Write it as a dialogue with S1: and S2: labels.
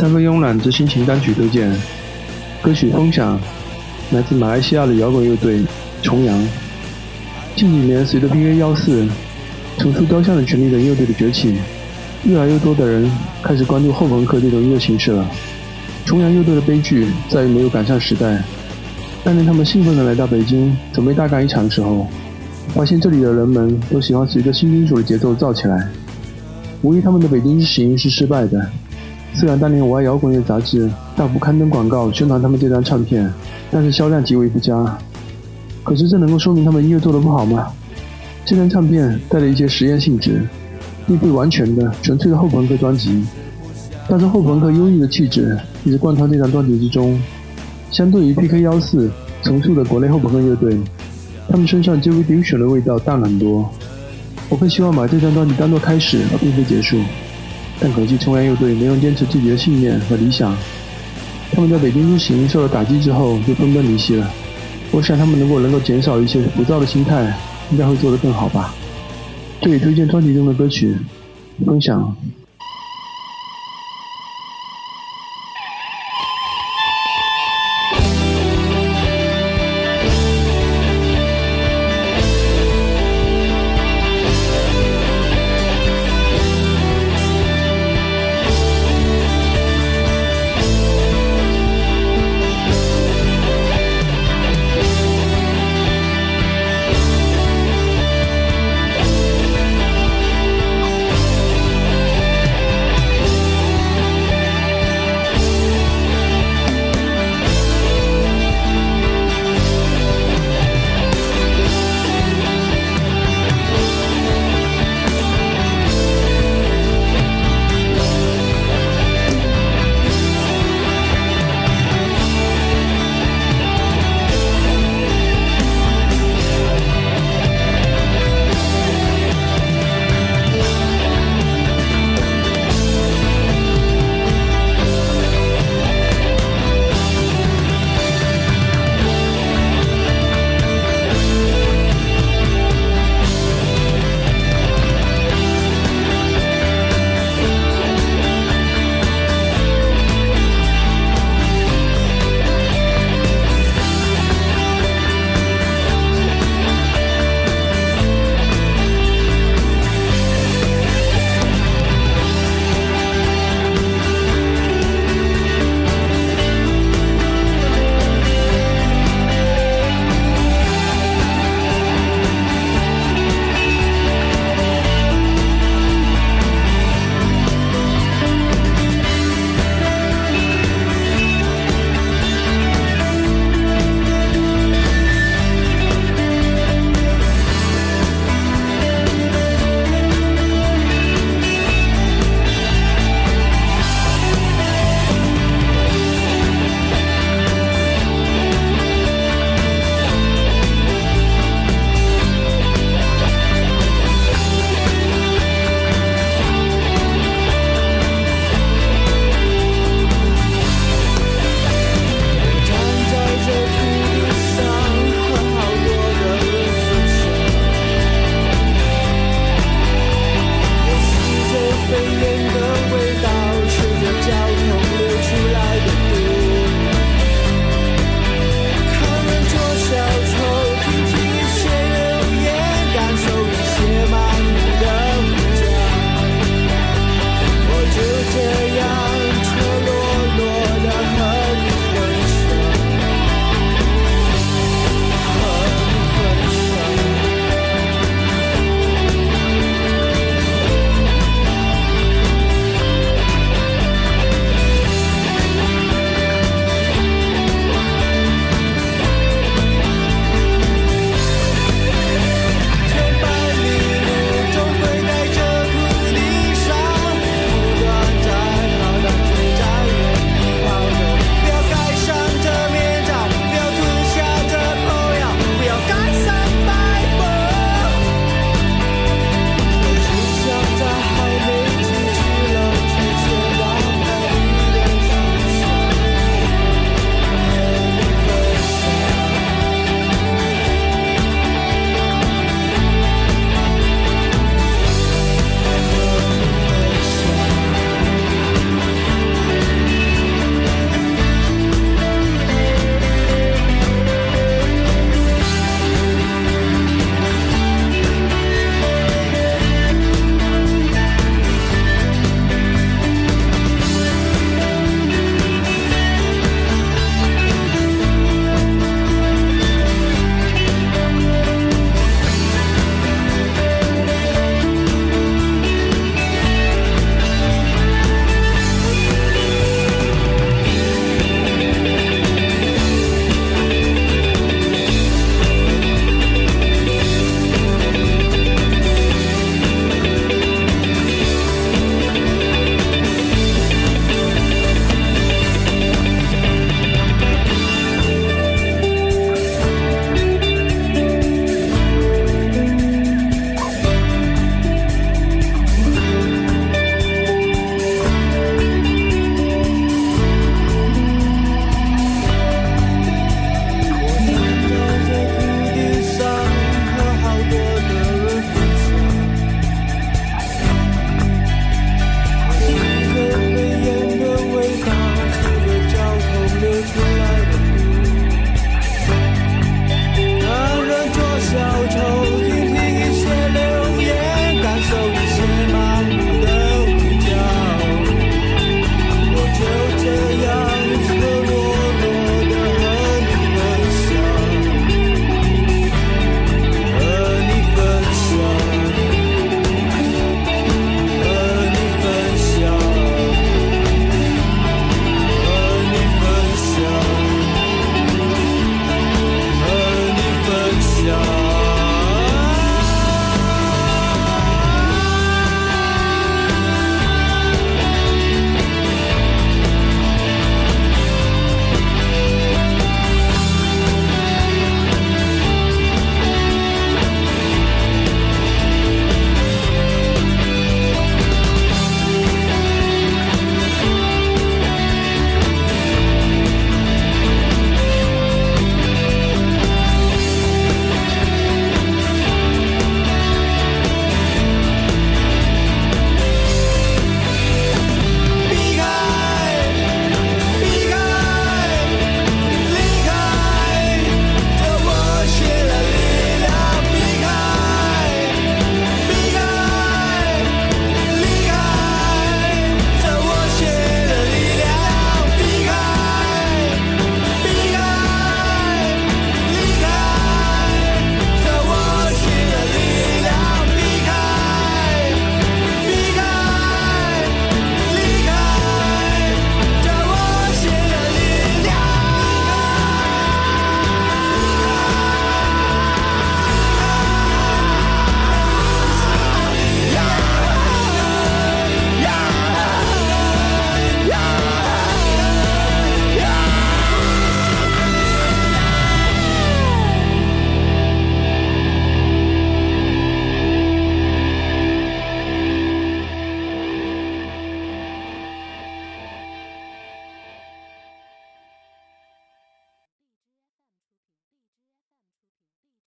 S1: 3分慵懒之心情单曲推荐，歌曲《风响》来自马来西亚的摇滚乐队重阳。近几年，随着 PK14 重塑雕像的权利的乐队的崛起，越来越多的人开始关注后朋克这种音乐形式了。重阳乐队的悲剧在于没有赶上时代。当年他们兴奋地来到北京准备大干一场的时候，发现这里的人们都喜欢随着新金属的节奏造起来。无疑他们的北京之行是失败的。虽然当年我爱摇滚乐杂志大幅刊登广告宣传他们这张唱片，但是销量极为不佳。可是这能够说明他们音乐做得不好吗？这张唱片带了一些实验性质，并非完全的纯粹的后朋克专辑，但是后朋克忧郁的气质一直贯穿这张专辑之中。相对于 PK14 重塑的国内后朋克乐队，他们身上 Joy Division 的味道淡很多。我更希望把这张专辑当作开始而并非结束，但可惜重阳乐队没能坚持自己的信念和理想。他们在北京之行受了打击之后就分崩离析了。我想他们能够减少一些浮躁的心态，应该会做得更好吧。这里推荐专辑中的歌曲《分享》。